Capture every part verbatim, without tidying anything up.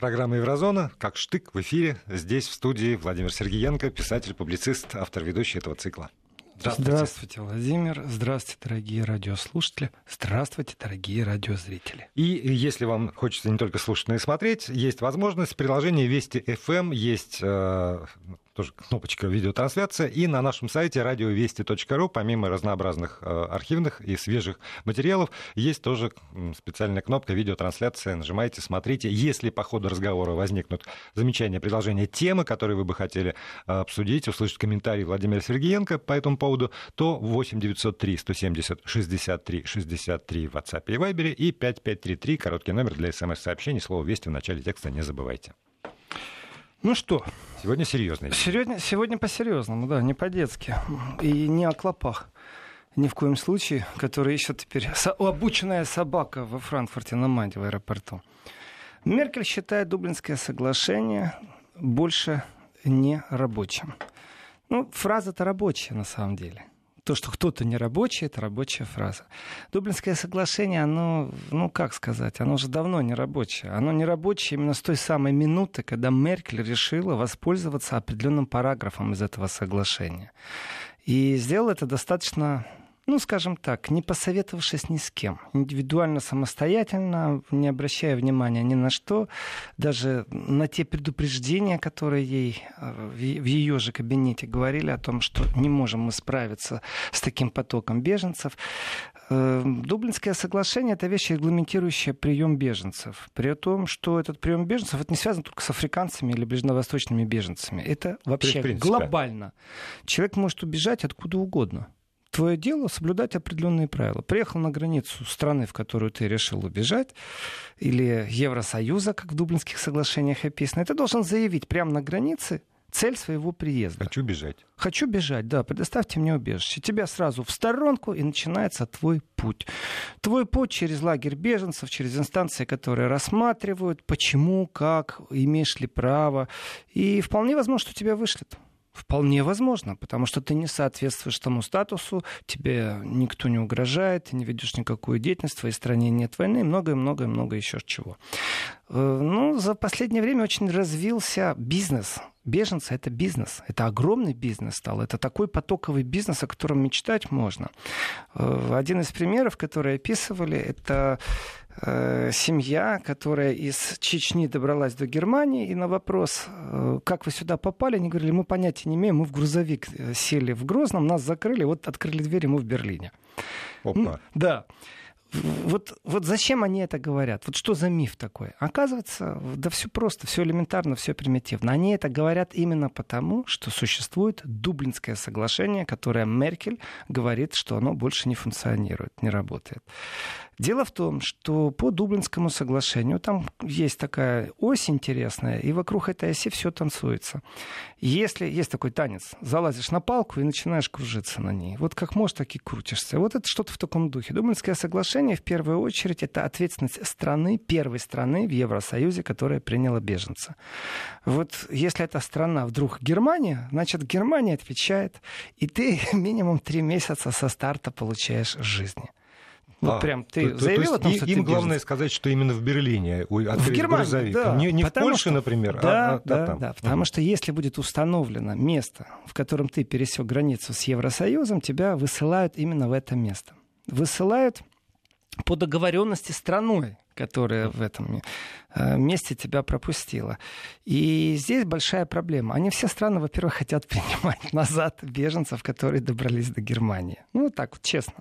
Программа «Еврозона», как штык, в эфире. Здесь, в студии, Владимир Сергеенко, писатель, публицист, автор, ведущий этого цикла. Здравствуйте. Здравствуйте, Владимир. Здравствуйте, дорогие радиослушатели. Здравствуйте, дорогие радиозрители. И если вам хочется не только слушать, но и смотреть, есть возможность. В приложении Вести эф эм есть э, тоже кнопочка «Видеотрансляция». И на нашем сайте радиовести точка ру, помимо разнообразных э, архивных и свежих материалов, есть тоже специальная кнопка «Видеотрансляция». Нажимаете, смотрите. Если по ходу разговора возникнут замечания, предложения, темы, которые вы бы хотели э, обсудить, услышать комментарии Владимира Сергеенко по этому поводу, то восемь девятьсот три сто семьдесят шестьдесят три шестьдесят три в WhatsApp и Viber и пять пять три три, короткий номер для смс-сообщений. Слово «Вести» в начале текста не забывайте. Ну что? Сегодня серьезно. Сегодня, сегодня по-серьезному, да, не по-детски. И не о клопах. Ни в коем случае, которые ищут теперь со- обученная собака во Франкфурте на Майне в аэропорту. Меркель считает Дублинское соглашение больше не рабочим. Ну, фраза-то рабочая на самом деле. То, что кто-то не рабочий, это рабочая фраза. Дублинское соглашение, оно, ну как сказать, оно уже давно не рабочее. Оно не рабочее именно с той самой минуты, когда Меркель решила воспользоваться определенным параграфом из этого соглашения. И сделала это достаточно, ну, скажем так, не посоветовавшись ни с кем. Индивидуально, самостоятельно, не обращая внимания ни на что, даже на те предупреждения, которые ей в ее же кабинете говорили о том, что не можем мы справиться с таким потоком беженцев. Дублинское соглашение — это вещь, регламентирующая прием беженцев. При том, что этот прием беженцев это не связано только с африканцами или ближневосточными беженцами. Это вообще глобально. Человек может убежать откуда угодно. Твое дело — соблюдать определенные правила. Приехал на границу страны, в которую ты решил убежать, или Евросоюза, как в Дублинских соглашениях описано, и ты должен заявить прямо на границе цель своего приезда. Хочу бежать. Хочу бежать, да, предоставьте мне убежище. Тебя сразу в сторонку, и начинается твой путь. Твой путь через лагерь беженцев, через инстанции, которые рассматривают, почему, как, имеешь ли право. И вполне возможно, что тебя вышлют. Вполне возможно, потому что ты не соответствуешь тому статусу, тебе никто не угрожает, ты не ведешь никакую деятельность, в твоей стране нет войны, и многое-многое-многое еще чего. Ну, за последнее время очень развился бизнес. Беженцы — это бизнес. Это огромный бизнес стал. Это такой потоковый бизнес, о котором мечтать можно. Один из примеров, которые описывали, это семья, которая из Чечни добралась до Германии, и на вопрос, как вы сюда попали, они говорили, мы понятия не имеем, мы в грузовик сели в Грозном, нас закрыли, вот открыли двери, мы в Берлине. Опа. Ну, да. Вот, вот зачем они это говорят? Вот что за миф такой? Оказывается, да все просто, все элементарно, все примитивно. Они это говорят именно потому, что существует Дублинское соглашение, которое Меркель говорит, что оно больше не функционирует, не работает. Дело в том, что по Дублинскому соглашению там есть такая ось интересная, и вокруг этой оси все танцуется. Если есть такой танец, залазишь на палку и начинаешь кружиться на ней. Вот как можешь, так и крутишься. Вот это что-то в таком духе. Дублинское соглашение, в первую очередь, это ответственность страны, первой страны в Евросоюзе, которая приняла беженца. Вот если эта страна вдруг Германия, значит, Германия отвечает, и ты минимум три месяца со старта получаешь жизни. Вот а, прям ты то, заявил то о том, и, что им ты главное беженец. Сказать, что именно в Берлине открыли в Германии, грузовик. Да, Не, не в Польше, что, например, да, а, а, да, а там. Да, потому mm-hmm. что если будет установлено место, в котором ты пересек границу с Евросоюзом, тебя высылают именно в это место. Высылают по договоренности с страной, которая в этом месте тебя пропустила. И здесь большая проблема. Они все страны, во-первых, хотят принимать назад беженцев, которые добрались до Германии. Ну, вот так вот, честно.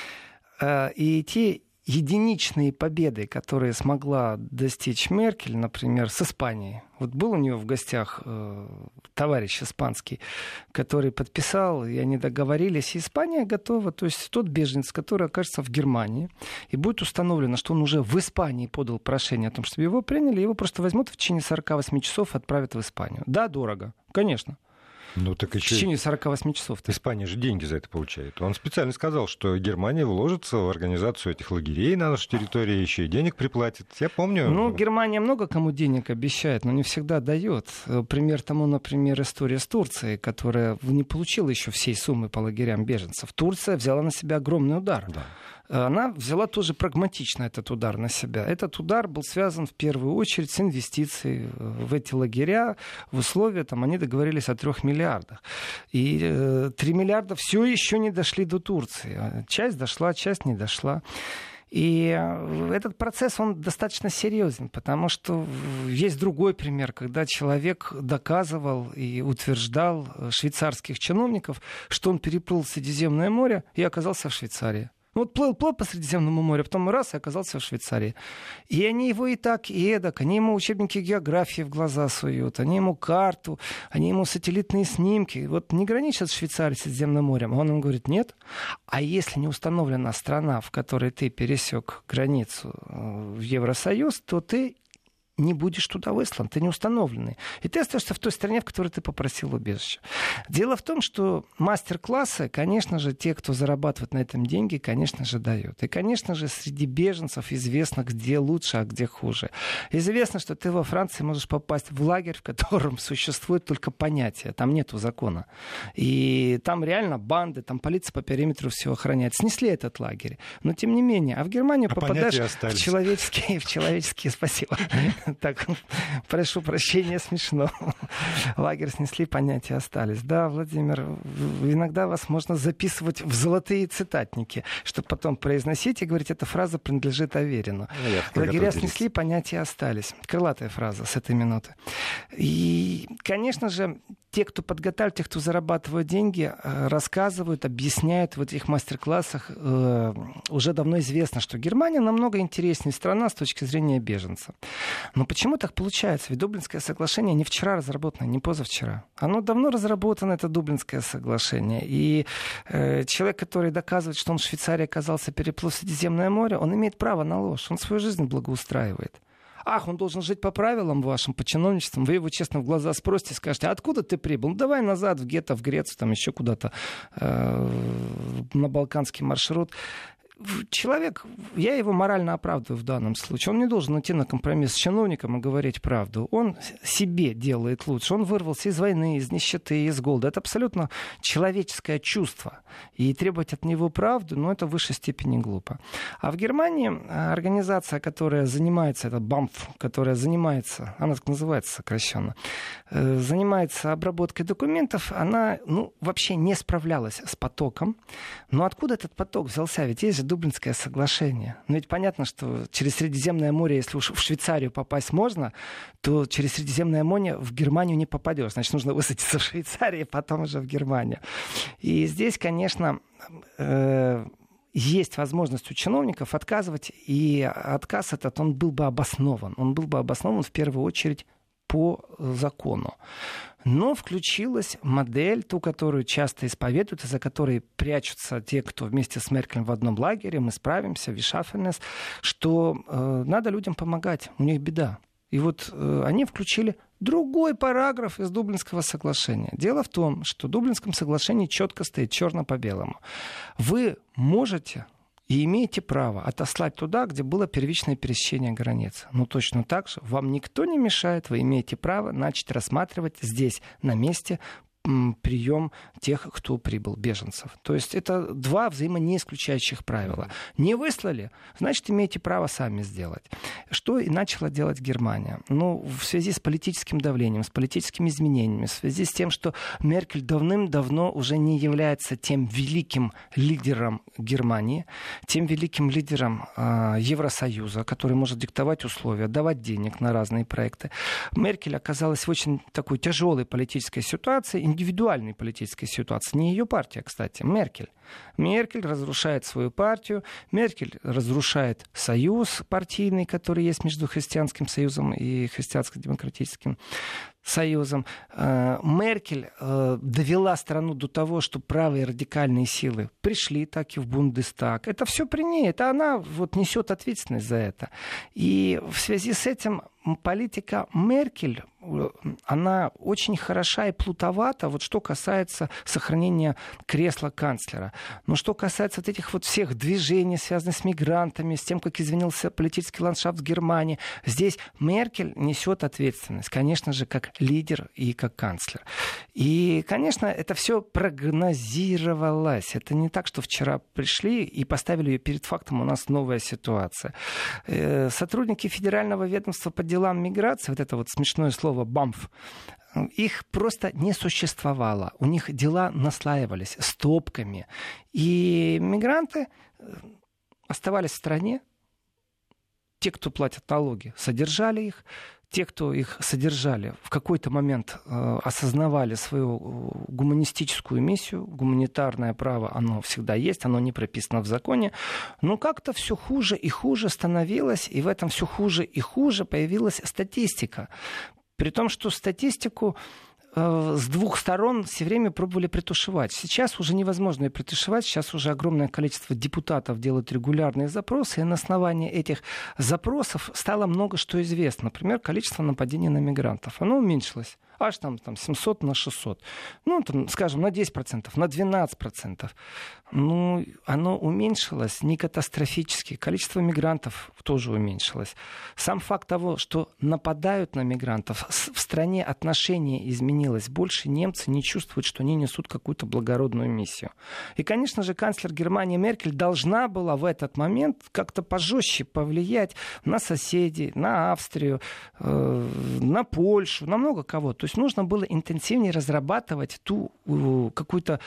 И те единичные победы, которые смогла достичь Меркель, например, с Испанией. Вот был у нее в гостях э, товарищ испанский, который подписал, и они договорились, и Испания готова. То есть тот беженец, который окажется в Германии, и будет установлено, что он уже в Испании подал прошение о том, чтобы его приняли, его просто возьмут в течение сорок восемь часов и отправят в Испанию. Да, дорого, конечно. Ну, так еще... В течение сорок восемь часов. Испания же деньги за это получает. Он специально сказал, что Германия вложится в организацию этих лагерей на нашей территории, еще и денег приплатит. Я помню... Ну, Германия много кому денег обещает, но не всегда дает. Пример тому, например, история с Турцией, которая не получила еще всей суммы по лагерям беженцев. Турция взяла на себя огромный удар. Да. она взяла тоже прагматично этот удар на себя. Этот удар был связан в первую очередь с инвестицией в эти лагеря. В условиях там, они договорились о трех миллиардах. И э, три миллиарда все еще не дошли до Турции. Часть дошла, часть не дошла. И этот процесс, он достаточно серьезен, потому что есть другой пример, когда человек доказывал и утверждал швейцарских чиновников, что он переплыл Средиземное море и оказался в Швейцарии. Вот плыл, плыл по Средиземному морю, потом раз и оказался в Швейцарии. И они его и так, и эдак, они ему учебники географии в глаза суют, они ему карту, они ему сателлитные снимки. Вот не граничат Швейцария с Средиземным морем. Он им говорит, нет. А если не установлена страна, в которой ты пересек границу в Евросоюз, то ты не будешь туда выслан, ты не установленный. И ты остаешься в той стране, в которой ты попросил убежище. Дело в том, что мастер-классы, конечно же, те, кто зарабатывает на этом деньги, конечно же, дают. И, конечно же, среди беженцев известно, где лучше, а где хуже. Известно, что ты во Франции можешь попасть в лагерь, в котором существует только понятие, там нету закона. И там реально банды, там полиция по периметру все охраняет. Снесли этот лагерь. Но, тем не менее, а в Германию а попадаешь в человеческие, в человеческие, спасибо. Так, прошу прощения, смешно. Лагерь снесли, понятия остались. Да, Владимир, иногда вас можно записывать в золотые цитатники, чтобы потом произносить и говорить, эта фраза принадлежит Аверину. Лагеря снесли, понятия остались. Крылатая фраза с этой минуты. И, конечно же, те, кто подготавливает, те, кто зарабатывают деньги, рассказывают, объясняют в этих мастер-классах. Уже давно известно, что Германия намного интереснее страна с точки зрения беженцев. Но почему так получается? Ведь Дублинское соглашение не вчера разработано, не позавчера. Оно давно разработано, это Дублинское соглашение. И э, человек, который доказывает, что он в Швейцарии оказался, переплыл Средиземное море, он имеет право на ложь. Он свою жизнь благоустраивает. Ах, он должен жить по правилам вашим, по чиновничествам. Вы его честно в глаза спросите, скажете, а откуда ты прибыл? Ну, давай назад в гетто, в Грецию, там еще куда-то э, на балканский маршрут. Человек, я его морально оправдываю в данном случае. Он не должен идти на компромисс с чиновником и говорить правду. Он себе делает лучше. Он вырвался из войны, из нищеты, из голода. Это абсолютно человеческое чувство. И требовать от него правду, ну, это в высшей степени глупо. А в Германии организация, которая занимается, это БАМФ, которая занимается, она так называется сокращенно, занимается обработкой документов, она, ну, вообще не справлялась с потоком. Но откуда этот поток взялся? Ведь есть же Дублинское соглашение. Но ведь понятно, что через Средиземное море, если уж в Швейцарию попасть можно, то через Средиземное море в Германию не попадешь. Значит, нужно высадиться в Швейцарии, потом уже в Германию. И здесь, конечно, э- есть возможность у чиновников отказывать, и отказ этот, он был бы обоснован. Он был бы обоснован в первую очередь по закону. Но включилась модель, ту, которую часто исповедуют, и за которой прячутся те, кто вместе с Меркель в одном лагере, мы справимся, вишафельнес, что э, надо людям помогать, у них беда. И вот э, они включили другой параграф из Дублинского соглашения. Дело в том, что в Дублинском соглашении четко стоит черно по белому. Вы можете и имеете право отослать туда, где было первичное пересечение границы. Но точно так же вам никто не мешает, вы имеете право начать рассматривать здесь, на месте, прием тех, кто прибыл, беженцев. То есть это два взаимонеисключающих правила. Не выслали, значит, имеете право сами сделать. Что и начала делать Германия? Ну, в связи с политическим давлением, с политическими изменениями, в связи с тем, что Меркель давным-давно уже не является тем великим лидером Германии, тем великим лидером э, Евросоюза, который может диктовать условия, давать денег на разные проекты. Меркель оказалась в очень такой тяжелой политической ситуации, индивидуальной политической ситуации. Не ее партия, кстати, Меркель. Меркель разрушает свою партию, Меркель разрушает союз партийный, который есть между Христианским союзом и Христианско-демократическим союзом. Меркель довела страну до того, что правые радикальные силы пришли так и в Бундестаг. Это все при ней. Это она вот несет ответственность за это. И в связи с этим политика Меркель она очень хороша и плутовата, вот что касается сохранения кресла канцлера. Но что касается вот этих вот всех движений, связанных с мигрантами, с тем, как изменился политический ландшафт в Германии, здесь Меркель несет ответственность, конечно же, как лидер и как канцлер. И, конечно, это все прогнозировалось. Это не так, что вчера пришли и поставили ее перед фактом, у нас новая ситуация. Сотрудники Федерального ведомства по делам миграции, вот это вот смешное слово «бамф», их просто не существовало. У них дела наслаивались стопками. И мигранты оставались в стране. Те, кто платят налоги, содержали их. Те, кто их содержали, в какой-то момент э, осознавали свою гуманистическую миссию. Гуманитарное право, оно всегда есть, оно не прописано в законе. Но как-то все хуже и хуже становилось, и в этом все хуже и хуже появилась статистика. При том, что статистику э, с двух сторон все время пробовали притушевать. Сейчас уже невозможно ее притушевать. Сейчас уже огромное количество депутатов делают регулярные запросы. И на основании этих запросов стало много что известно. Например, количество нападений на мигрантов. Оно уменьшилось. Аж там, там семьсот на шестьсот. Ну, там, скажем, на десять процентов, на двенадцать процентов. Ну, оно уменьшилось не катастрофически. Количество мигрантов тоже уменьшилось. Сам факт того, что нападают на мигрантов, в стране отношение изменилось. Больше немцы не чувствуют, что они несут какую-то благородную миссию. И, конечно же, канцлер Германии Меркель должна была в этот момент как-то пожестче повлиять на соседей, на Австрию, э, на Польшу, на много кого. То есть нужно было интенсивнее разрабатывать ту э, какую-то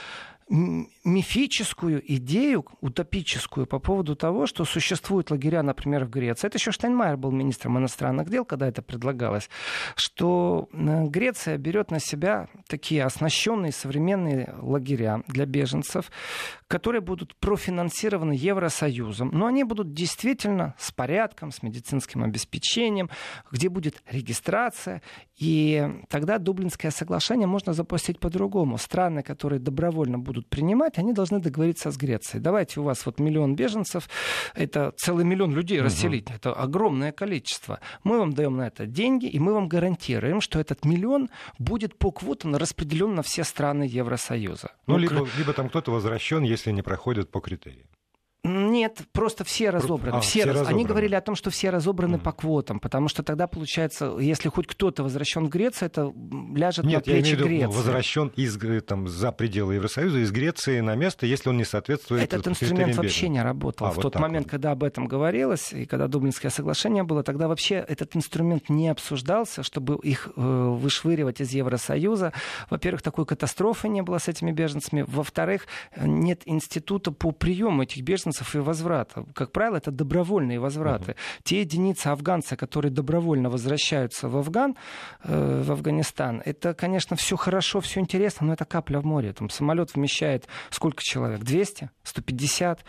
мифическую идею, утопическую по поводу того, что существуют лагеря, например, в Греции. Это еще Штайнмайер был министром иностранных дел, когда это предлагалось, что Греция берет на себя такие оснащенные современные лагеря для беженцев, которые будут профинансированы Евросоюзом, но они будут действительно с порядком, с медицинским обеспечением, где будет регистрация, и тогда Дублинское соглашение можно запустить по-другому. Страны, которые добровольно будут принимать, они должны договориться с Грецией. Давайте у вас вот миллион беженцев, это целый миллион людей uh-huh. расселить, это огромное количество. Мы вам даем на это деньги, и мы вам гарантируем, что этот миллион будет по квотам распределен на все страны Евросоюза. Ну, ну либо, либо там кто-то возвращен, если не проходит по критериям. Нет, просто все разобраны. А, все все раз... разобраны. Они говорили о том, что все разобраны mm. по квотам, потому что тогда, получается, если хоть кто-то возвращен в Грецию, это ляжет Нет, на плечи я имею в виду, Греции. возвращен из, там, за пределы Евросоюза, из Греции на место, если он не соответствует Этот инструмент вообще не работал. А, в вот тот момент, вот. Когда об этом говорилось, и когда Дублинское соглашение было, тогда вообще этот инструмент не обсуждался, чтобы их э, вышвыривать из Евросоюза. Во-первых, такой катастрофы не было с этими беженцами. Во-вторых, нет института по приему этих беженцев и возврата. Как правило, это добровольные возвраты. Uh-huh. Те единицы афганцев, которые добровольно возвращаются в Афган, э, в Афганистан, это, конечно, все хорошо, все интересно, но это капля в море. Там самолет вмещает сколько человек? двести? сто пятьдесят?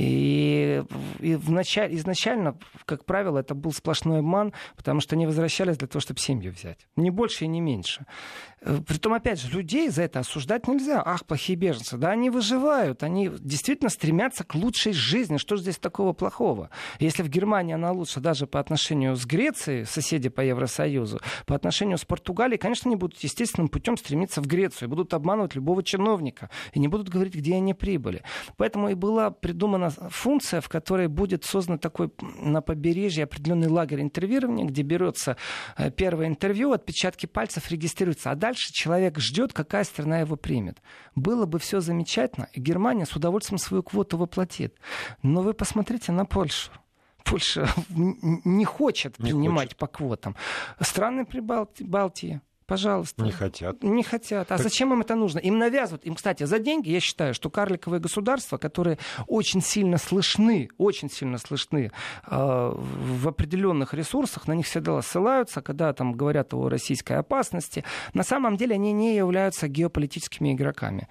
И, и в начале, изначально, как правило, это был сплошной обман, потому что они возвращались для того, чтобы семью взять. Не больше и не меньше. Притом, опять же, людей за это осуждать нельзя. Ах, плохие беженцы. Да, они выживают, они действительно стремятся к лучшей жизни. Что же здесь такого плохого? Если в Германии она лучше даже по отношению с Грецией, соседи по Евросоюзу, по отношению с Португалией, конечно, они будут естественным путем стремиться в Грецию, будут обманывать любого чиновника и не будут говорить, где они прибыли. Поэтому и была придумана функция, в которой будет создан такой на побережье определенный лагерь интервьюирования, где берется первое интервью, отпечатки пальцев регистрируются, а дальше человек ждет, какая страна его примет. Было бы все замечательно, и Германия с удовольствием свою квоту воплотит. Но вы посмотрите на Польшу. Польша не хочет не принимать хочет. По квотам. Страны Прибалтии, пожалуйста. Не хотят. Не хотят. А так... зачем им это нужно? Им навязывают. Им, кстати, за деньги, я считаю, что карликовые государства, которые очень сильно слышны, очень сильно слышны э, в определенных ресурсах, на них всегда ссылаются, когда там говорят о российской опасности, на самом деле они не являются геополитическими игроками.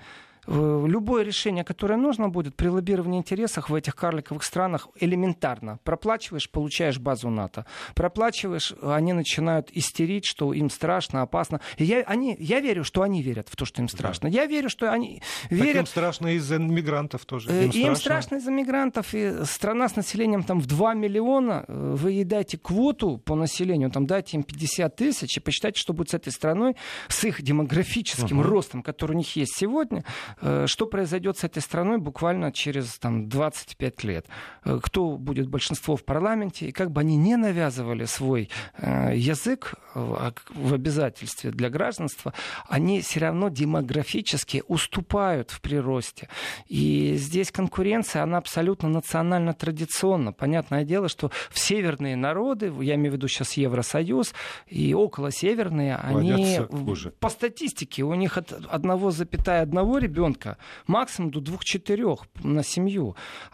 Любое решение, которое нужно будет при лоббировании интересов в этих карликовых странах, элементарно. Проплачиваешь, получаешь базу НАТО. Проплачиваешь, они начинают истерить, что им страшно, опасно. И я, они, я верю, что они верят в то, что им страшно. Да. Я верю, что они верят... Так им страшно из-за мигрантов тоже. Им, им страшно. страшно из-за мигрантов. И страна с населением там, в два миллиона. Вы ей дайте квоту по населению, там, дайте им пятьдесят тысяч, и посчитайте, что будет с этой страной, с их демографическим uh-huh. ростом, который у них есть сегодня, что произойдет с этой страной буквально через там, двадцать пять лет. Кто будет большинство в парламенте, и как бы они не навязывали свой э, язык в, в обязательстве для гражданства, они все равно демографически уступают в приросте. И здесь конкуренция, она абсолютно национально-традиционна. Понятное дело, что в северные народы, я имею в виду сейчас Евросоюз, и около северные, они по статистике, у них от одного целых одного ребенка максимум до двух-четырех на семью.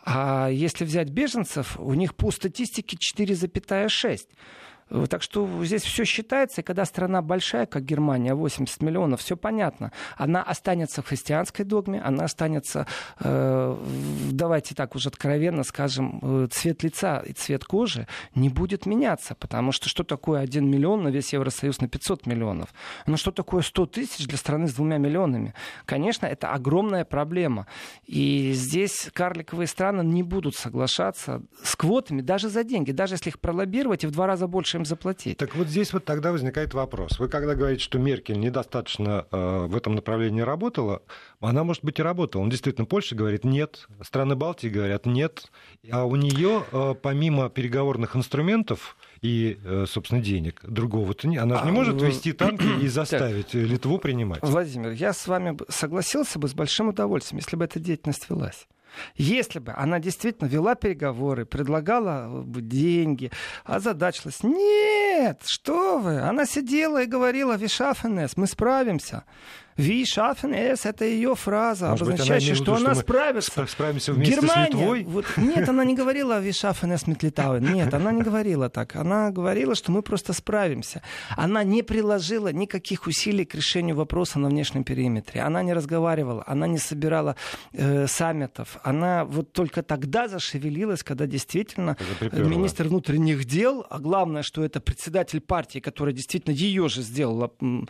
А если взять беженцев, у них по статистике четыре целых шесть. Так что здесь все считается, и когда страна большая, как Германия, восемьдесят миллионов, все понятно. Она останется в христианской догме, она останется, э, давайте так уже откровенно скажем, цвет лица и цвет кожи не будет меняться, потому что что такое один миллион на весь Евросоюз на пятьсот миллионов? Ну что такое сто тысяч для страны с двумя миллионами? Конечно, это огромная проблема. И здесь карликовые страны не будут соглашаться с квотами даже за деньги, даже если их пролоббировать и в два раза больше им заплатить. Так вот здесь вот тогда возникает вопрос. Вы когда говорите, что Меркель недостаточно э, в этом направлении работала, она, может быть, и работала. Он действительно, Польша говорит нет, страны Балтии говорят нет, а у нее э, помимо переговорных инструментов и, э, собственно, денег другого-то не, она же не может вести танки и заставить так, Литву принимать. Владимир, я с вами согласился бы с большим удовольствием, если бы эта деятельность велась. Если бы она действительно вела переговоры, предлагала деньги, озадачилась. Нет, что вы, она сидела и говорила: «Wir schaffen es, мы справимся». «Wir schaffen es» — это ее фраза, может обозначающая, быть, она что она что справится. Справимся вместе Германия, с Литвой? Вот, нет, она не говорила «Wir schaffen es mit Litauen». Нет, она не говорила так. Она говорила, что мы просто справимся. Она не приложила никаких усилий к решению вопроса на внешнем периметре. Она не разговаривала, она не собирала э, саммитов. Она вот только тогда зашевелилась, когда действительно министр внутренних дел, а главное, что это председатель партии, которая действительно ее же сделала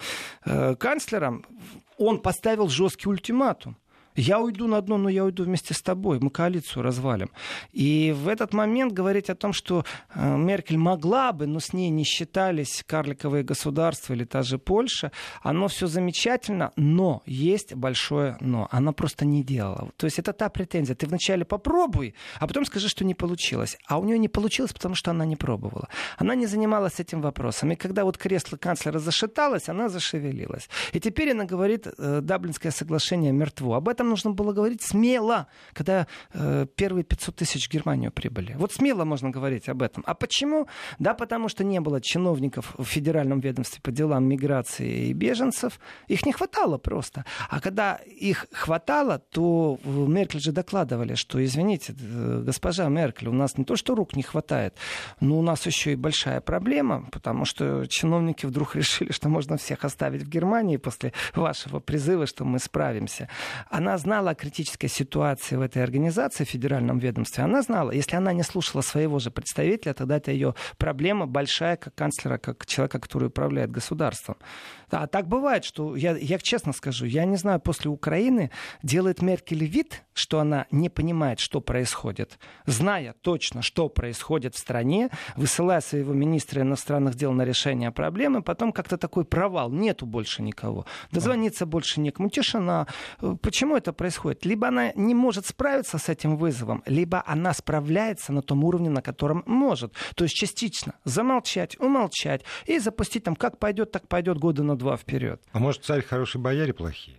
э, канцлером, он поставил жесткий ультиматум. Я уйду на дно, но я уйду вместе с тобой. Мы коалицию развалим. И в этот момент говорить о том, что э, Меркель могла бы, но с ней не считались карликовые государства или та же Польша, оно все замечательно, но есть большое но. Она просто не делала. То есть это та претензия. Ты вначале попробуй, а потом скажи, что не получилось. А у нее не получилось, потому что она не пробовала. Она не занималась этим вопросом. И когда вот кресло канцлера зашаталось, она зашевелилась. И теперь она говорит, э, Даблинское соглашение мертво. Об этом нужно было говорить смело, когда э, первые пятьсот тысяч в Германию прибыли. Вот смело можно говорить об этом. А почему? Да, потому что не было чиновников в федеральном ведомстве по делам миграции и беженцев. Их не хватало просто. А когда их хватало, то Меркель же докладывали, что, извините, госпожа Меркель, у нас не то, что рук не хватает, но у нас еще и большая проблема, потому что чиновники вдруг решили, что можно всех оставить в Германии после вашего призыва, что мы справимся. Она знала о критической ситуации в этой организации, в федеральном ведомстве. Она знала. Если она не слушала своего же представителя, тогда это ее проблема большая, как канцлера, как человека, который управляет государством. А так бывает, что, я, я честно скажу, я не знаю, после Украины делает Меркель вид, что она не понимает, что происходит, зная точно, что происходит в стране, высылая своего министра иностранных дел на решение проблемы, потом как-то такой провал, нету больше никого. Дозвониться больше некому, тишина. Почему это происходит? Либо она не может справиться с этим вызовом, либо она справляется на том уровне, на котором может. То есть частично замолчать, умолчать и запустить там, как пойдет, так пойдет, года на два вперед. А может, царь хороший, бояре плохие?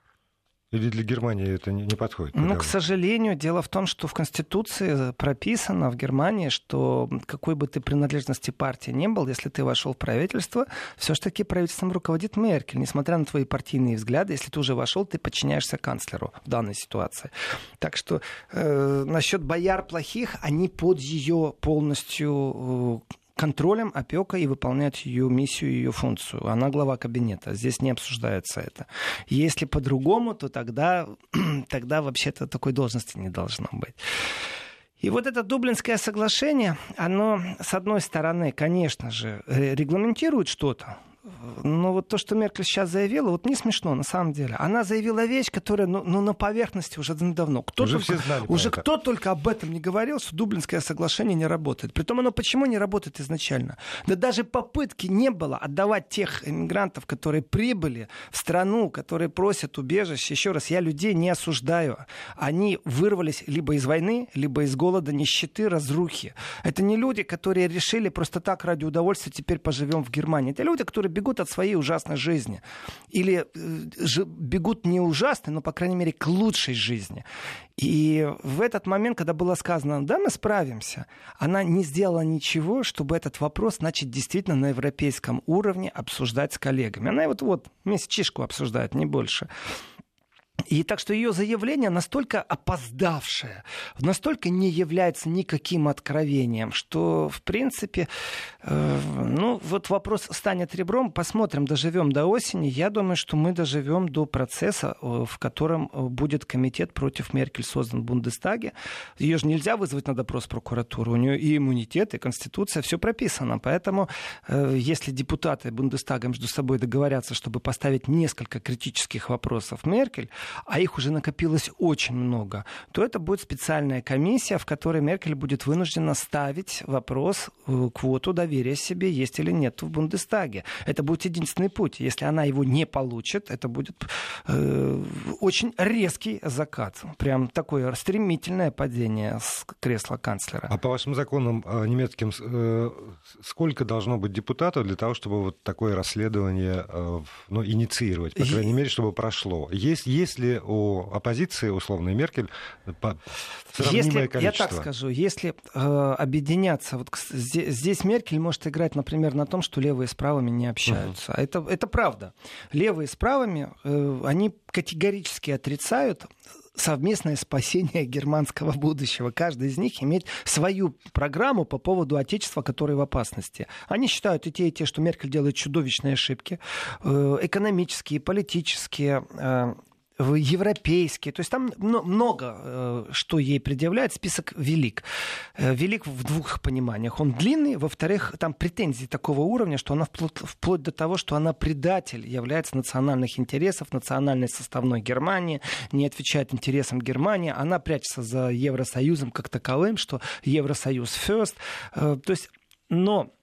Или для Германии это не, не подходит? Ну, к сожалению, дело в том, что в Конституции прописано в Германии, что какой бы ты принадлежности партии ни был, если ты вошел в правительство, все-таки правительством руководит Меркель. Несмотря на твои партийные взгляды, если ты уже вошел, ты подчиняешься канцлеру в данной ситуации. Так что э, насчет бояр плохих, они под ее полностью... Э, контролем, опекой и выполняет ее миссию, ее функцию. Она глава кабинета. Здесь не обсуждается это. Если по-другому, то тогда, тогда вообще-то такой должности не должно быть. И вот это Дублинское соглашение, оно, с одной стороны, конечно же, регламентирует что-то. Но вот то, что Меркель сейчас заявила, вот не смешно, на самом деле. Она заявила вещь, которая ну, ну, на поверхности уже давно. Кто уже только, все знали уже это. кто только об этом не говорил, что Дублинское соглашение не работает. Притом оно почему не работает изначально? Да даже попытки не было отдавать тех иммигрантов, которые прибыли в страну, которые просят убежище. Еще раз, я людей не осуждаю. Они вырвались либо из войны, либо из голода, нищеты, разрухи. Это не люди, которые решили просто так ради удовольствия теперь поживем в Германии. Это люди, которые бегут от своей ужасной жизни. Или э, бегут не ужасной, но, по крайней мере, к лучшей жизни. И в этот момент, когда было сказано, да, мы справимся, она не сделала ничего, чтобы этот вопрос начать действительно на европейском уровне обсуждать с коллегами. Она вот-вот месячишку обсуждает, не больше. И так что ее заявление настолько опоздавшее, настолько не является никаким откровением, что, в принципе, э, ну, вот вопрос станет ребром. Посмотрим, доживем до осени. Я думаю, что мы доживем до процесса, в котором будет комитет против Меркель создан в Бундестаге. Ее же нельзя вызвать на допрос прокуратуры. У нее и иммунитет, и конституция, все прописано. Поэтому, э, если депутаты Бундестага между собой договорятся, чтобы поставить несколько критических вопросов Меркель, а их уже накопилось очень много, то это будет специальная комиссия, в которой Меркель будет вынуждена ставить вопрос, квоту доверия себе есть или нет в Бундестаге. Это будет единственный путь. Если она его не получит, это будет э, очень резкий закат. Прям такое стремительное падение с кресла канцлера. А по вашим законам немецким, э, сколько должно быть депутатов для того, чтобы вот такое расследование э, ну, инициировать, по крайней мере, чтобы прошло? Есть, есть ли у оппозиции, условной Меркель, сравнимое если, количество? Я так скажу, если э, объединяться, вот здесь, здесь Меркель может играть, например, на том, что левые с правыми не общаются. Uh-huh. Это, это правда. Левые с правыми, э, они категорически отрицают совместное спасение германского будущего. Каждый из них имеет свою программу по поводу отечества, которое в опасности. Они считают и те, и те, что Меркель делает чудовищные ошибки, э, экономические, политические, э, европейские. То есть там много э, что ей предъявляет. Список велик. Э, велик в двух пониманиях. Он длинный. Во-вторых, там претензии такого уровня, что она вплоть, вплоть до того, что она предатель, является национальных интересов, национальной составной Германии, не отвечает интересам Германии. Она прячется за Евросоюзом как таковым, что Евросоюз first. Э, то есть, но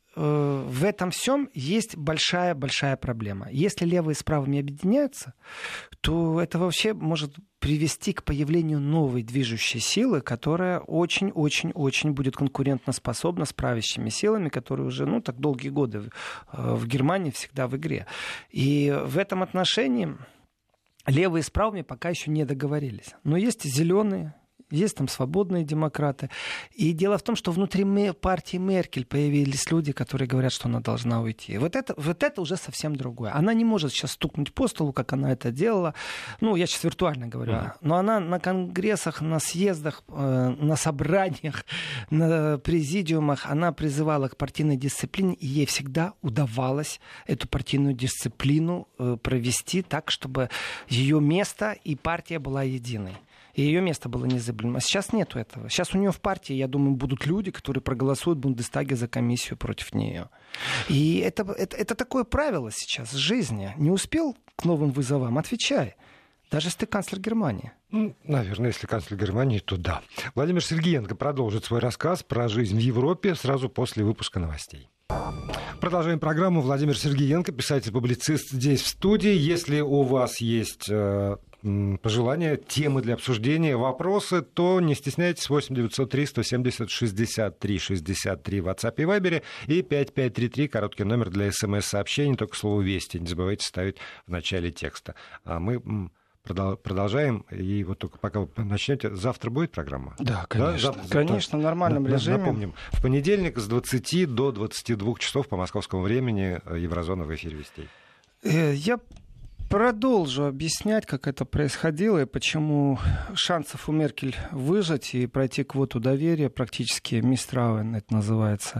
в этом всем есть большая-большая проблема. Если левые с правыми объединяются, то это вообще может привести к появлению новой движущей силы, которая очень-очень-очень будет конкурентоспособна с правящими силами, которые уже ну, так долгие годы в Германии всегда в игре. И в этом отношении левые с правыми пока еще не договорились. Но есть и зеленые, есть там свободные демократы. И дело в том, что внутри партии Меркель появились люди, которые говорят, что она должна уйти. Вот это, вот это уже совсем другое. Она не может сейчас стукнуть по столу, как она это делала. Ну, я сейчас виртуально говорю. Mm-hmm. Но она на конгрессах, на съездах, на собраниях, на президиумах, она призывала к партийной дисциплине, и ей всегда удавалось эту партийную дисциплину провести так, чтобы ее место и партия была единой. И ее место было незыблемо. Сейчас нету этого. Сейчас у нее в партии, я думаю, будут люди, которые проголосуют в Бундестаге за комиссию против нее. И это, это, это такое правило сейчас жизни. Не успел к новым вызовам? Отвечай. Даже если ты канцлер Германии. Ну, наверное, если канцлер Германии, то да. Владимир Сергеенко продолжит свой рассказ про жизнь в Европе сразу после выпуска новостей. Продолжаем программу. Владимир Сергеенко, писатель-публицист, здесь в студии. Если у вас есть э, пожелания, темы для обсуждения, вопросы, то не стесняйтесь. восемь девятьсот три сто семьдесят шестьдесят три шестьдесят три в WhatsApp и Viber и пять пять три три, короткий номер для смс-сообщений, только слово «Вести». Не забывайте ставить в начале текста. А мы продолжаем. И вот только пока вы начнете, завтра будет программа? Да, конечно. Да? Конечно, в нормальном на, режиме. Напомним, в понедельник с двадцати до двадцати двух часов по московскому времени Еврозона в эфире Вестей. Я Продолжу объяснять, как это происходило и почему шансов у Меркель выжить и пройти квоту доверия практически мистраuen, это называется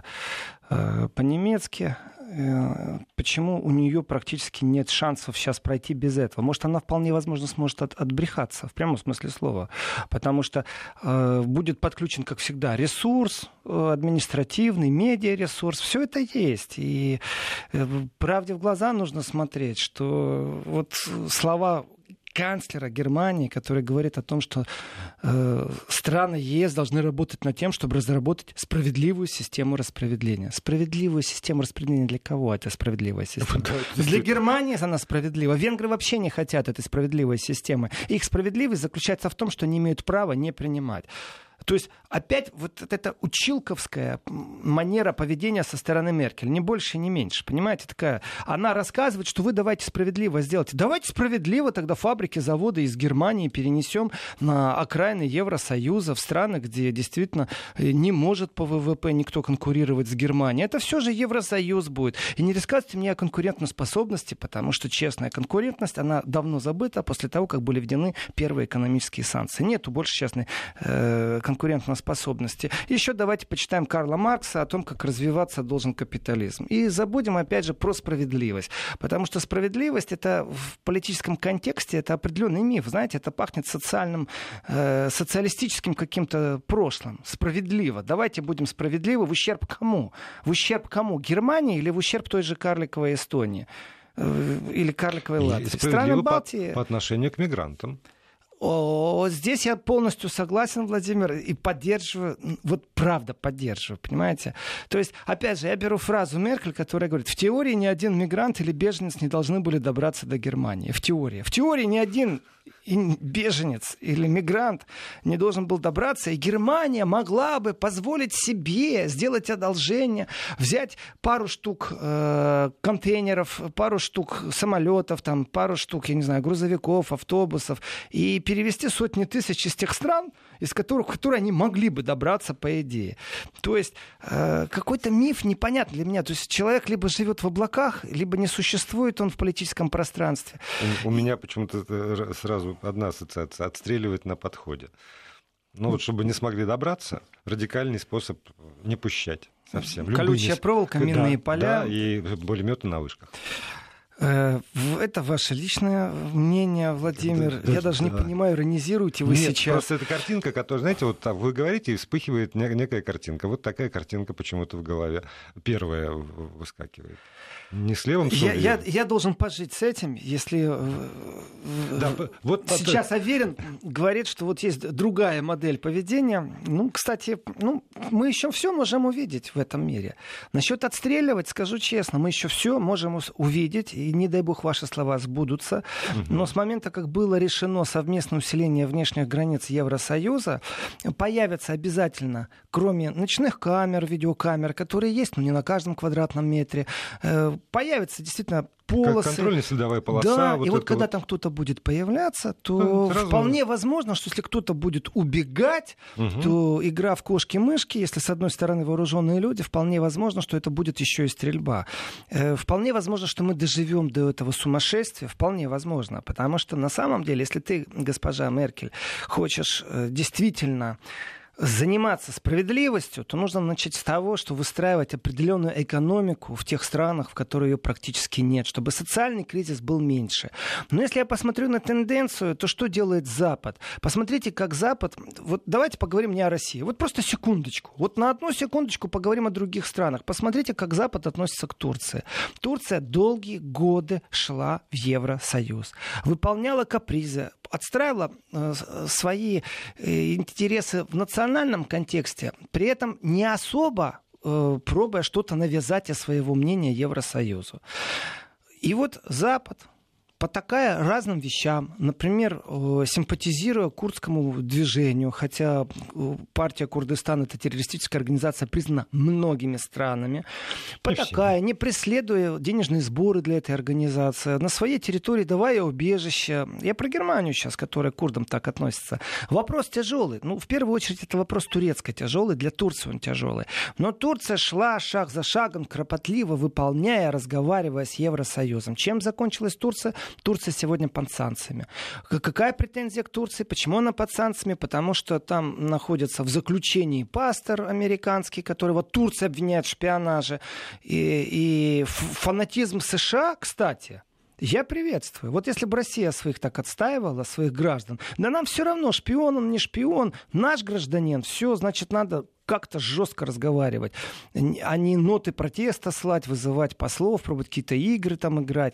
по-немецки. Почему у нее практически нет шансов сейчас пройти без этого? Может, она вполне возможно сможет от, отбрехаться, в прямом смысле слова. Потому что э, будет подключен, как всегда, ресурс э, административный, медиаресурс. Все это есть. И э, правде в глаза нужно смотреть, что вот слова канцлера Германии, который говорит о том, что э, страны ЕС должны работать над тем, чтобы разработать справедливую систему распределения. Справедливую систему распределения для кого это справедливая система? Для Германии она справедлива. Венгры вообще не хотят этой справедливой системы. Их справедливость заключается в том, что они имеют право не принимать. То есть опять вот эта училковская манера поведения со стороны Меркель, ни больше, ни меньше, понимаете, такая. Она рассказывает, что вы давайте справедливо сделайте. Давайте справедливо тогда фабрики, заводы из Германии перенесем на окраины Евросоюза, в страны, где действительно не может по ВВП никто конкурировать с Германией. Это все же Евросоюз будет. И не рассказывайте мне о конкурентоспособности, потому что честная конкурентность, она давно забыта после того, как были введены первые экономические санкции. Нету больше честной э, конкурентоспособности. Еще давайте почитаем Карла Маркса о том, как развиваться должен капитализм. И забудем, опять же, про справедливость. Потому что справедливость, это в политическом контексте, это определенный миф. Знаете, это пахнет социальным, э, социалистическим каким-то прошлым. Справедливо. Давайте будем справедливы. В ущерб кому? В ущерб кому? Германии или в ущерб той же карликовой Эстонии? Э, или карликовой Латвии? Страны Балтии. По, по отношению к мигрантам. О, здесь я полностью согласен, Владимир, и поддерживаю, вот правда поддерживаю, понимаете? То есть, опять же, я беру фразу Меркель, которая говорит, в теории ни один мигрант или беженец не должны были добраться до Германии. В теории. В теории ни один беженец или мигрант не должен был добраться, и Германия могла бы позволить себе сделать одолжение, взять пару штук э, контейнеров, пару штук самолетов, там, пару штук, я не знаю, грузовиков, автобусов, и перевести сотни тысяч из тех стран, из которых, в которые они могли бы добраться, по идее. То есть э, какой-то миф непонятный для меня. То есть человек либо живет в облаках, либо не существует он в политическом пространстве. У, у меня почему-то сразу одна ассоциация: отстреливать на подходе. Ну вот, чтобы не смогли добраться, радикальный способ не пущать совсем. Колючая Любые... проволока, минные да, поля. Да, и пулеметы на вышках. Это ваше личное мнение, Владимир. Да, Я да, даже да. не понимаю, иронизируете вы Нет, сейчас. Просто это картинка, которая, знаете, вот так вы говорите, и вспыхивает некая картинка. Вот такая картинка почему-то в голове первая выскакивает. Не с левым я, я, я должен пожить с этим, если да, вот сейчас потом... Аверин говорит, что вот есть другая модель поведения. Ну, кстати, ну, мы еще все можем увидеть в этом мире. Насчет отстреливать, скажу честно, мы еще все можем увидеть, и не дай бог ваши слова сбудутся. Угу. Но с момента, как было решено совместное усиление внешних границ Евросоюза, появятся обязательно, кроме ночных камер, видеокамер, которые есть, но не на каждом квадратном метре, появятся действительно полосы. Как контрольно-следовая полоса. Да, вот и вот это когда вот... там кто-то будет появляться, то сразу... вполне возможно, что если кто-то будет убегать, угу. то игра в кошки-мышки, если с одной стороны вооруженные люди, вполне возможно, что это будет еще и стрельба. Э, вполне возможно, что мы доживем до этого сумасшествия, вполне возможно, потому что на самом деле, если ты, госпожа Меркель, хочешь э, действительно заниматься справедливостью, то нужно начать с того, что выстраивать определенную экономику в тех странах, в которых ее практически нет, чтобы социальный кризис был меньше. Но если я посмотрю на тенденцию, то что делает Запад? Посмотрите, как Запад... Вот давайте поговорим не о России. Вот просто секундочку. Вот на одну секундочку поговорим о других странах. Посмотрите, как Запад относится к Турции. Турция долгие годы шла в Евросоюз. Выполняла капризы, отстраивала э, свои э, интересы в национальном контексте, при этом не особо э, пробуя что-то навязать из своего мнения Евросоюзу. И вот Запад, потакая разным вещам, например, симпатизируя курдскому движению, хотя партия Курдистан — это террористическая организация, признана многими странами, потакая, не преследуя денежные сборы для этой организации, на своей территории давая убежище. Я про Германию сейчас, которая к курдам так относится. Вопрос тяжелый. Ну, в первую очередь, это вопрос турецкий тяжелый, для Турции он тяжелый. Но Турция шла шаг за шагом, кропотливо выполняя, разговаривая с Евросоюзом. Чем закончилась Турция? Турция сегодня под санкциями. Какая претензия к Турции? Почему она под санкциями? Потому что там находится в заключении пастор американский, которого Турция обвиняет в шпионаже. И, и фанатизм США, кстати, я приветствую. Вот если бы Россия своих так отстаивала, своих граждан, да нам все равно, шпион он, не шпион, наш гражданин, все, значит, надо как-то жестко разговаривать, а не ноты протеста слать, вызывать послов, пробовать какие-то игры там играть.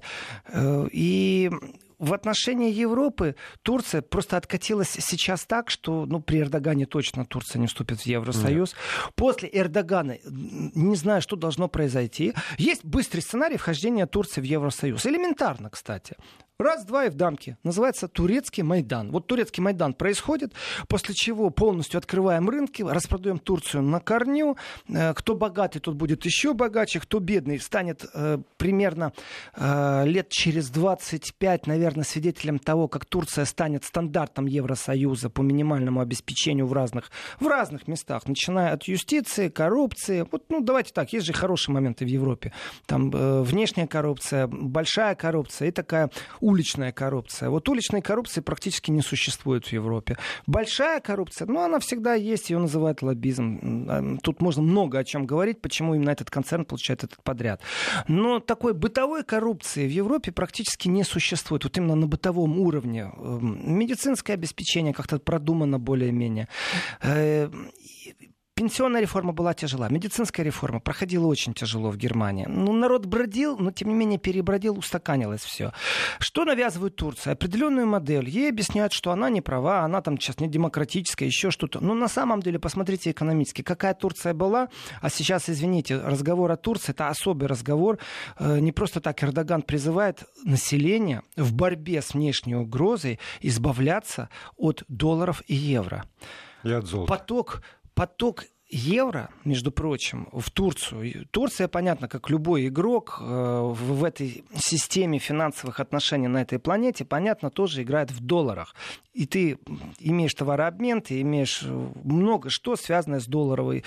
И в отношении Европы Турция просто откатилась сейчас так, что ну, при Эрдогане точно Турция не вступит в Евросоюз. Нет. После Эрдогана не знаю, что должно произойти. Есть быстрый сценарий вхождения Турции в Евросоюз. Элементарно, кстати. Раз-два и в дамке. Называется турецкий Майдан. Вот турецкий Майдан происходит, после чего полностью открываем рынки, распродаем Турцию на корню. Кто богатый, тот будет еще богаче. Кто бедный, станет э, примерно э, лет через двадцать пять, наверное, свидетелем того, как Турция станет стандартом Евросоюза по минимальному обеспечению в разных, в разных местах, начиная от юстиции, коррупции. Вот, ну, давайте так, есть же хорошие моменты в Европе. Там э, внешняя коррупция, большая коррупция и такая уличная коррупция. Вот уличной коррупции практически не существует в Европе. Большая коррупция, ну, она всегда есть, ее называют лоббизм. Тут можно много о чем говорить, почему именно этот концерн получает этот подряд. Но такой бытовой коррупции в Европе практически не существует. Вот именно на бытовом уровне. Медицинское обеспечение как-то продумано более-менее. Пенсионная реформа была тяжела. Медицинская реформа проходила очень тяжело в Германии. Ну, народ бродил, но тем не менее перебродил, устаканилось все. Что навязывает Турция? Определенную модель. Ей объясняют, что она не права, она там сейчас не демократическая, еще что-то. Но на самом деле, посмотрите экономически, какая Турция была. А сейчас, извините, разговор о Турции — это особый разговор. Не просто так Эрдоган призывает население в борьбе с внешней угрозой избавляться от долларов и евро. И от золота. Поток Поток евро, между прочим, в Турцию. Турция, понятно, как любой игрок э, в этой системе финансовых отношений на этой планете, понятно, тоже играет в долларах. И ты имеешь товарообмен, ты имеешь много что связанное с долларовой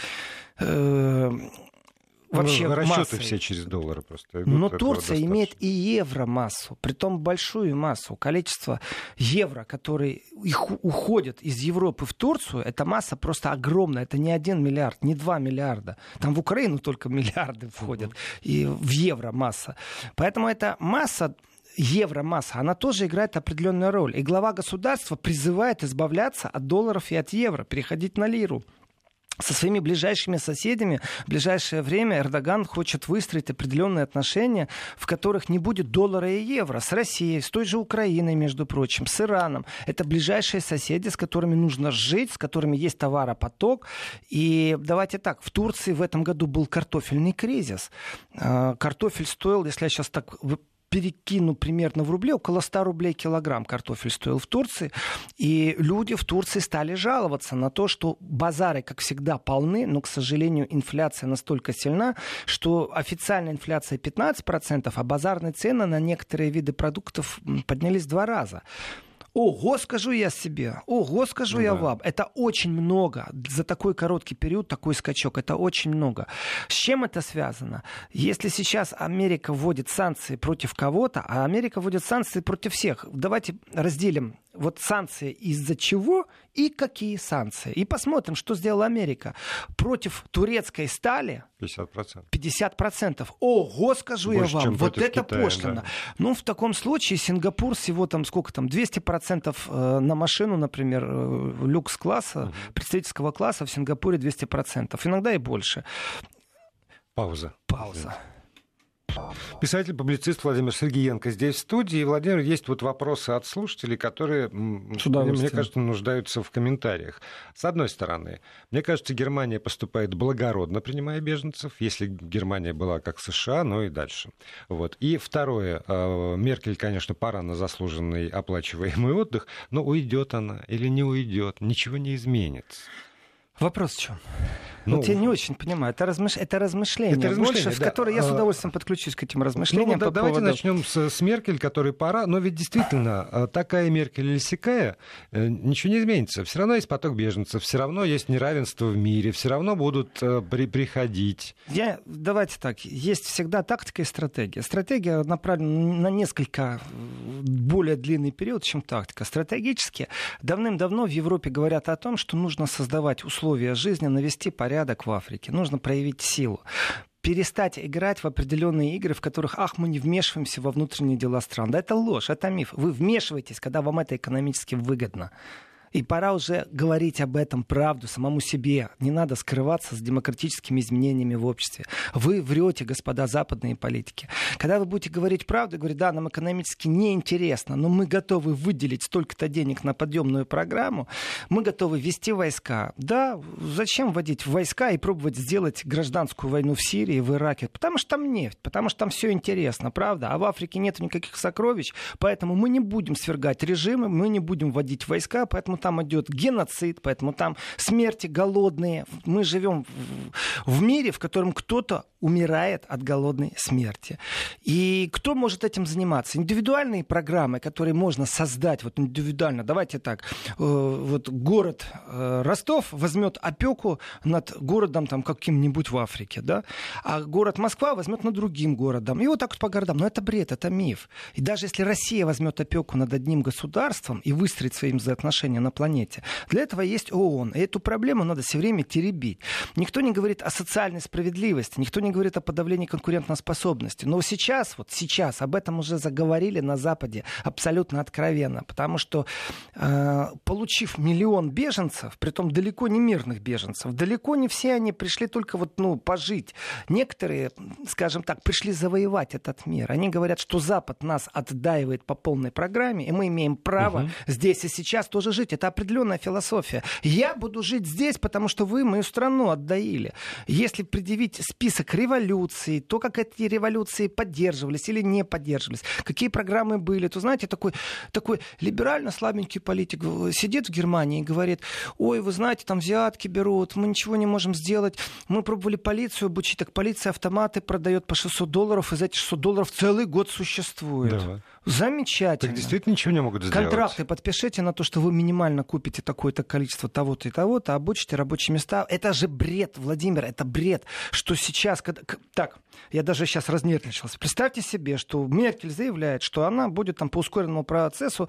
э, вообще ну, расчеты массой. Все через доллары просто идут. Но Турция имеет и евромассу, притом большую массу. Количество евро, которые их уходят из Европы в Турцию, эта масса просто огромная. Это не один миллиард, не два миллиарда. Там в Украину только миллиарды входят. Uh-huh. И в евро масса. Поэтому эта масса, евромасса, она тоже играет определенную роль. И глава государства призывает избавляться от долларов и от евро, переходить на лиру. Со своими ближайшими соседями в ближайшее время Эрдоган хочет выстроить определенные отношения, в которых не будет доллара и евро. С Россией, с той же Украиной, между прочим, с Ираном. Это ближайшие соседи, с которыми нужно жить, с которыми есть товаропоток. И давайте так, в Турции в этом году был картофельный кризис. Картофель стоил, если я сейчас так перекину примерно в рубли, около ста рублей килограмм картофель стоил в Турции. И люди в Турции стали жаловаться на то, что базары, как всегда, полны, но, к сожалению, инфляция настолько сильна, что официальная инфляция пятнадцать процентов, а базарные цены на некоторые виды продуктов поднялись в два раза. Ого, скажу я себе, ого, скажу ну, я да. вам. Это очень много. За такой короткий период, такой скачок, это очень много. С чем это связано? Если сейчас Америка вводит санкции против кого-то, а Америка вводит санкции против всех, давайте разделим вот санкции из-за чего и какие санкции. И посмотрим, что сделала Америка. Против турецкой стали пятьдесят процентов. пятьдесят процентов. Ого, скажу больше, я вам, вот это Китая, пошлина. Да. Ну, в таком случае Сингапур всего там, сколько там, двести процентов на машину, например, люкс-класса, угу. представительского класса в Сингапуре двести процентов. Иногда и больше. Пауза. Пауза. Писатель-публицист Владимир Сергеенко здесь в студии. И, Владимир, есть вот вопросы от слушателей, которые, мне кажется, нуждаются в комментариях. С одной стороны, мне кажется, Германия поступает благородно, принимая беженцев, если Германия была как США, но и дальше. Вот. И второе, Меркель, конечно, пора на заслуженный оплачиваемый отдых, но уйдет она или не уйдет, ничего не изменится. Вопрос в чем? Ну, вот я не очень понимаю. Это, размыш... это размышление, это размышление больше, да. в которое я с удовольствием подключусь к этим размышлениям. Ну, по давайте поводу... начнем с, с Меркель, которой пора. Но ведь действительно, такая Меркель или сякая, ничего не изменится. Все равно есть поток беженцев, все равно есть неравенство в мире, все равно будут при, приходить. Я... Давайте так. Есть всегда тактика и стратегия. Стратегия направлена на несколько более длинный период, чем тактика. Стратегически давным-давно в Европе говорят о том, что нужно создавать условия жизни, навести порядок в Африке. Нужно проявить силу. Перестать играть в определенные игры, в которых, ах, мы не вмешиваемся во внутренние дела стран. Да это ложь, это миф. Вы вмешиваетесь, когда вам это экономически выгодно. И пора уже говорить об этом правду самому себе. Не надо скрываться с демократическими изменениями в обществе. Вы врете, господа западные политики. Когда вы будете говорить правду, говорить, да, нам экономически неинтересно, но мы готовы выделить столько-то денег на подъемную программу, мы готовы ввести войска. Да, зачем вводить войска и пробовать сделать гражданскую войну в Сирии, в Ираке? Потому что там нефть, потому что там все интересно, правда? А в Африке нет никаких сокровищ, поэтому мы не будем свергать режимы, мы не будем вводить войска, поэтому там идет геноцид, поэтому там смерти голодные. Мы живем в, в мире, в котором кто-то умирает от голодной смерти. И кто может этим заниматься? Индивидуальные программы, которые можно создать вот индивидуально. Давайте так. Э, вот город э, Ростов возьмет опеку над городом там, каким-нибудь в Африке, да? А город Москва возьмет над другим городом. И вот так вот по городам. Но это бред, это миф. И даже если Россия возьмет опеку над одним государством и выстроит свои взаимоотношения на планете, для этого есть ООН. И эту проблему надо все время теребить. Никто не говорит о социальной справедливости, никто не говорит о подавлении конкурентоспособности. Но сейчас, вот сейчас об этом уже заговорили на Западе абсолютно откровенно. Потому что, э, получив миллион беженцев, притом далеко не мирных беженцев, далеко не все они пришли только вот, ну, пожить. Некоторые, скажем так, пришли завоевать этот мир. Они говорят, что Запад нас отдаивает по полной программе, и мы имеем право угу. здесь и сейчас тоже жить. Это определенная философия. Я буду жить здесь, потому что вы мою страну отдаили. Если предъявить список революций, то, как эти революции поддерживались или не поддерживались, какие программы были, то, знаете, такой, такой либерально слабенький политик сидит в Германии и говорит, ой, вы знаете, там взятки берут, мы ничего не можем сделать, мы пробовали полицию обучить, так полиция автоматы продает по шестьсот долларов, и за эти шестьсот долларов целый год существует. Да. Замечательно. Так действительно ничего не могут сделать. Контракты подпишите на то, что вы минимально купите такое-то количество того-то и того-то, обучите рабочие места. Это же бред, Владимир, это бред, что сейчас... Когда... Так, я даже сейчас разнервничался. Представьте себе, что Меркель заявляет, что она будет там по ускоренному процессу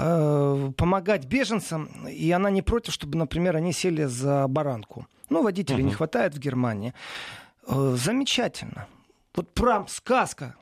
э, помогать беженцам, и она не против, чтобы, например, они сели за баранку. Ну, водителей угу. не хватает в Германии. Э, замечательно. Вот прям сказка.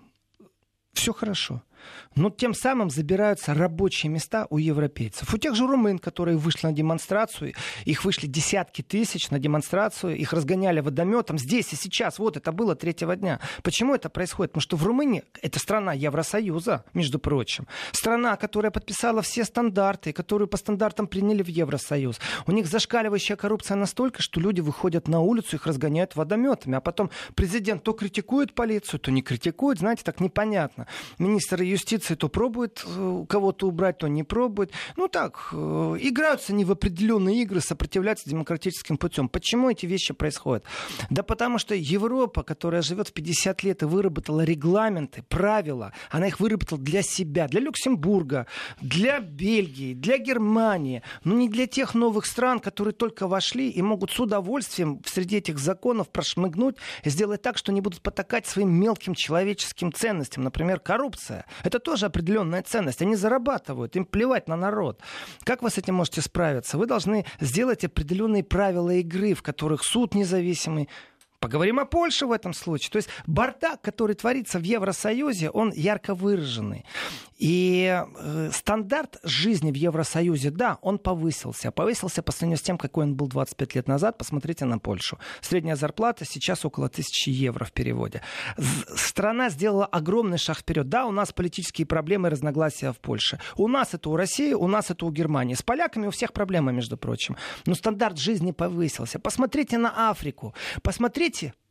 Все хорошо. Но тем самым забираются рабочие места у европейцев. У тех же румын, которые вышли на демонстрацию, их вышли десятки тысяч на демонстрацию, их разгоняли водометом здесь и сейчас. Вот это было третьего дня. Почему это происходит? Потому что в Румынии, это страна Евросоюза, между прочим. Страна, которая подписала все стандарты, которую по стандартам приняли в Евросоюз. У них зашкаливающая коррупция настолько, что люди выходят на улицу, их разгоняют водометами. А потом президент то критикует полицию, то не критикует. Знаете, так непонятно. Министр юстиции то пробует кого-то убрать, то не пробует. Ну так, играются они в определенные игры, сопротивляются демократическим путем. Почему эти вещи происходят? Да потому что Европа, которая живет в пятьдесят лет и выработала регламенты, правила, она их выработала для себя, для Люксембурга, для Бельгии, для Германии, но не для тех новых стран, которые только вошли и могут с удовольствием среди этих законов прошмыгнуть и сделать так, что не будут потакать своим мелким человеческим ценностям, например, коррупция. Это тоже определенная ценность. Они зарабатывают, им плевать на народ. Как вы с этим можете справиться? Вы должны сделать определенные правила игры, в которых суд независимый. Поговорим о Польше в этом случае. То есть бардак, который творится в Евросоюзе, он ярко выраженный. И э, стандарт жизни в Евросоюзе, да, он повысился. Повысился по сравнению с тем, какой он был двадцать пять лет назад. Посмотрите на Польшу. Средняя зарплата сейчас около тысячи евро в переводе. Страна сделала огромный шаг вперед. Да, у нас политические проблемы и разногласия в Польше. У нас это у России, у нас это у Германии. С поляками у всех проблемы, между прочим. Но стандарт жизни повысился. Посмотрите на Африку. Посмотрите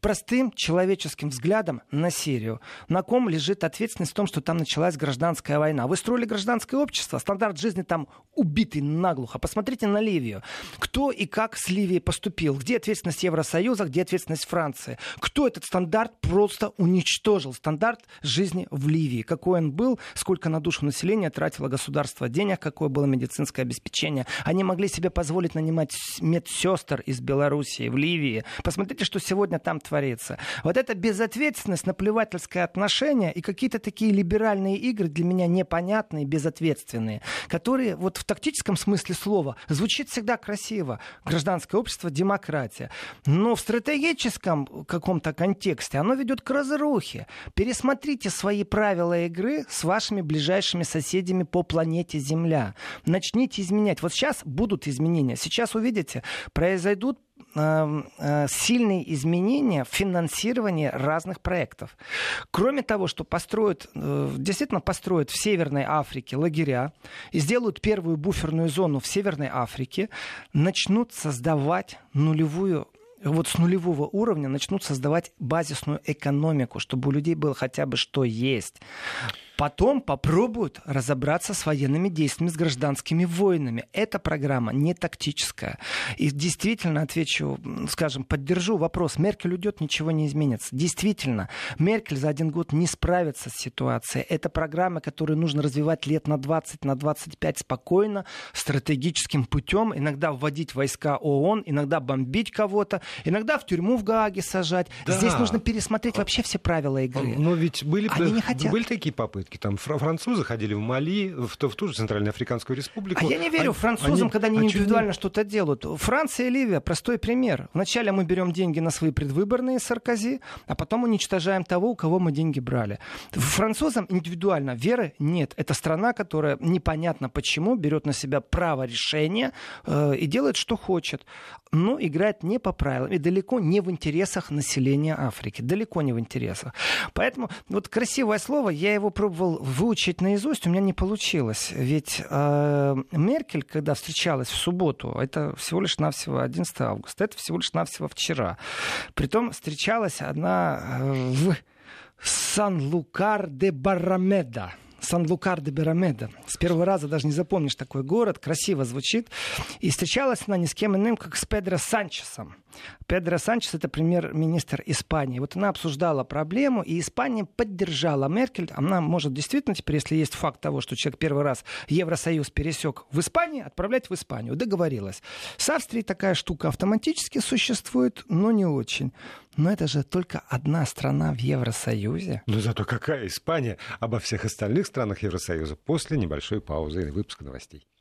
простым человеческим взглядом на Сирию. На ком лежит ответственность в том, что там началась гражданская война? Вы строили гражданское общество, стандарт жизни там убитый наглухо. Посмотрите на Ливию. Кто и как с Ливией поступил? Где ответственность Евросоюза, где ответственность Франции? Кто этот стандарт просто уничтожил? Стандарт жизни в Ливии. Какой он был, сколько на душу населения тратило государство денег, какое было медицинское обеспечение. Они могли себе позволить нанимать медсестер из Белоруссии в Ливии. Посмотрите, что сегодня там творится. Вот эта безответственность, наплевательское отношение и какие-то такие либеральные игры для меня непонятные, безответственные, которые вот в тактическом смысле слова звучит всегда красиво. Гражданское общество, демократия. Но в стратегическом каком-то контексте оно ведет к разрухе. Пересмотрите свои правила игры с вашими ближайшими соседями по планете Земля. Начните изменять. Вот сейчас будут изменения. Сейчас увидите, произойдут сильные изменения в финансировании разных проектов. Кроме того, что построят, действительно построят в Северной Африке лагеря и сделают первую буферную зону в Северной Африке, начнут создавать нулевую вот с нулевого уровня начнут создавать базисную экономику, чтобы у людей было хотя бы что есть. Потом попробуют разобраться с военными действиями, с гражданскими войнами. Эта программа не тактическая. И действительно, отвечу, скажем, поддержу вопрос. Меркель уйдет, ничего не изменится. Действительно, Меркель за один год не справится с ситуацией. Это программа, которую нужно развивать лет на двадцать, на двадцать пять спокойно, стратегическим путем. Иногда вводить войска ООН, иногда бомбить кого-то, иногда в тюрьму в Гааге сажать. Да. Здесь нужно пересмотреть вообще все правила игры. Но ведь были, Они не хотят. были такие попытки. Там французы ходили в Мали, в ту, в ту же Центральноафриканскую республику. А я не верю они, французам, они, когда они а индивидуально что-то делают. Франция и Ливия — простой пример. Вначале мы берем деньги на свои предвыборные Саркози, а потом уничтожаем того, у кого мы деньги брали. Французам индивидуально веры нет. Это страна, которая непонятно почему берет на себя право решения э, и делает, что хочет. Но играет не по правилам и далеко не в интересах населения Африки. Далеко не в интересах. Поэтому вот красивое слово, я его пробовал выучить наизусть, у меня не получилось. Ведь э, Меркель, когда встречалась в субботу, это всего лишь навсего одиннадцатого августа, это всего лишь навсего вчера. Притом встречалась она э, в Сан-Лукар-де-Баррамеда. Сан-Лукар-де-Баррамеда. С первого раза даже не запомнишь такой город, красиво звучит. И встречалась она ни с кем иным, как с Педро Санчесом. Педро Санчес — это премьер-министр Испании. Вот она обсуждала проблему, и Испания поддержала Меркель. Она может действительно теперь, если есть факт того, что человек первый раз Евросоюз пересек в Испании, отправлять в Испанию. Договорилась. С Австрией такая штука автоматически существует, но не очень. Но это же только одна страна в Евросоюзе. Но зато какая Испания обо всех остальных странах Евросоюза после небольшой паузы и выпуска новостей.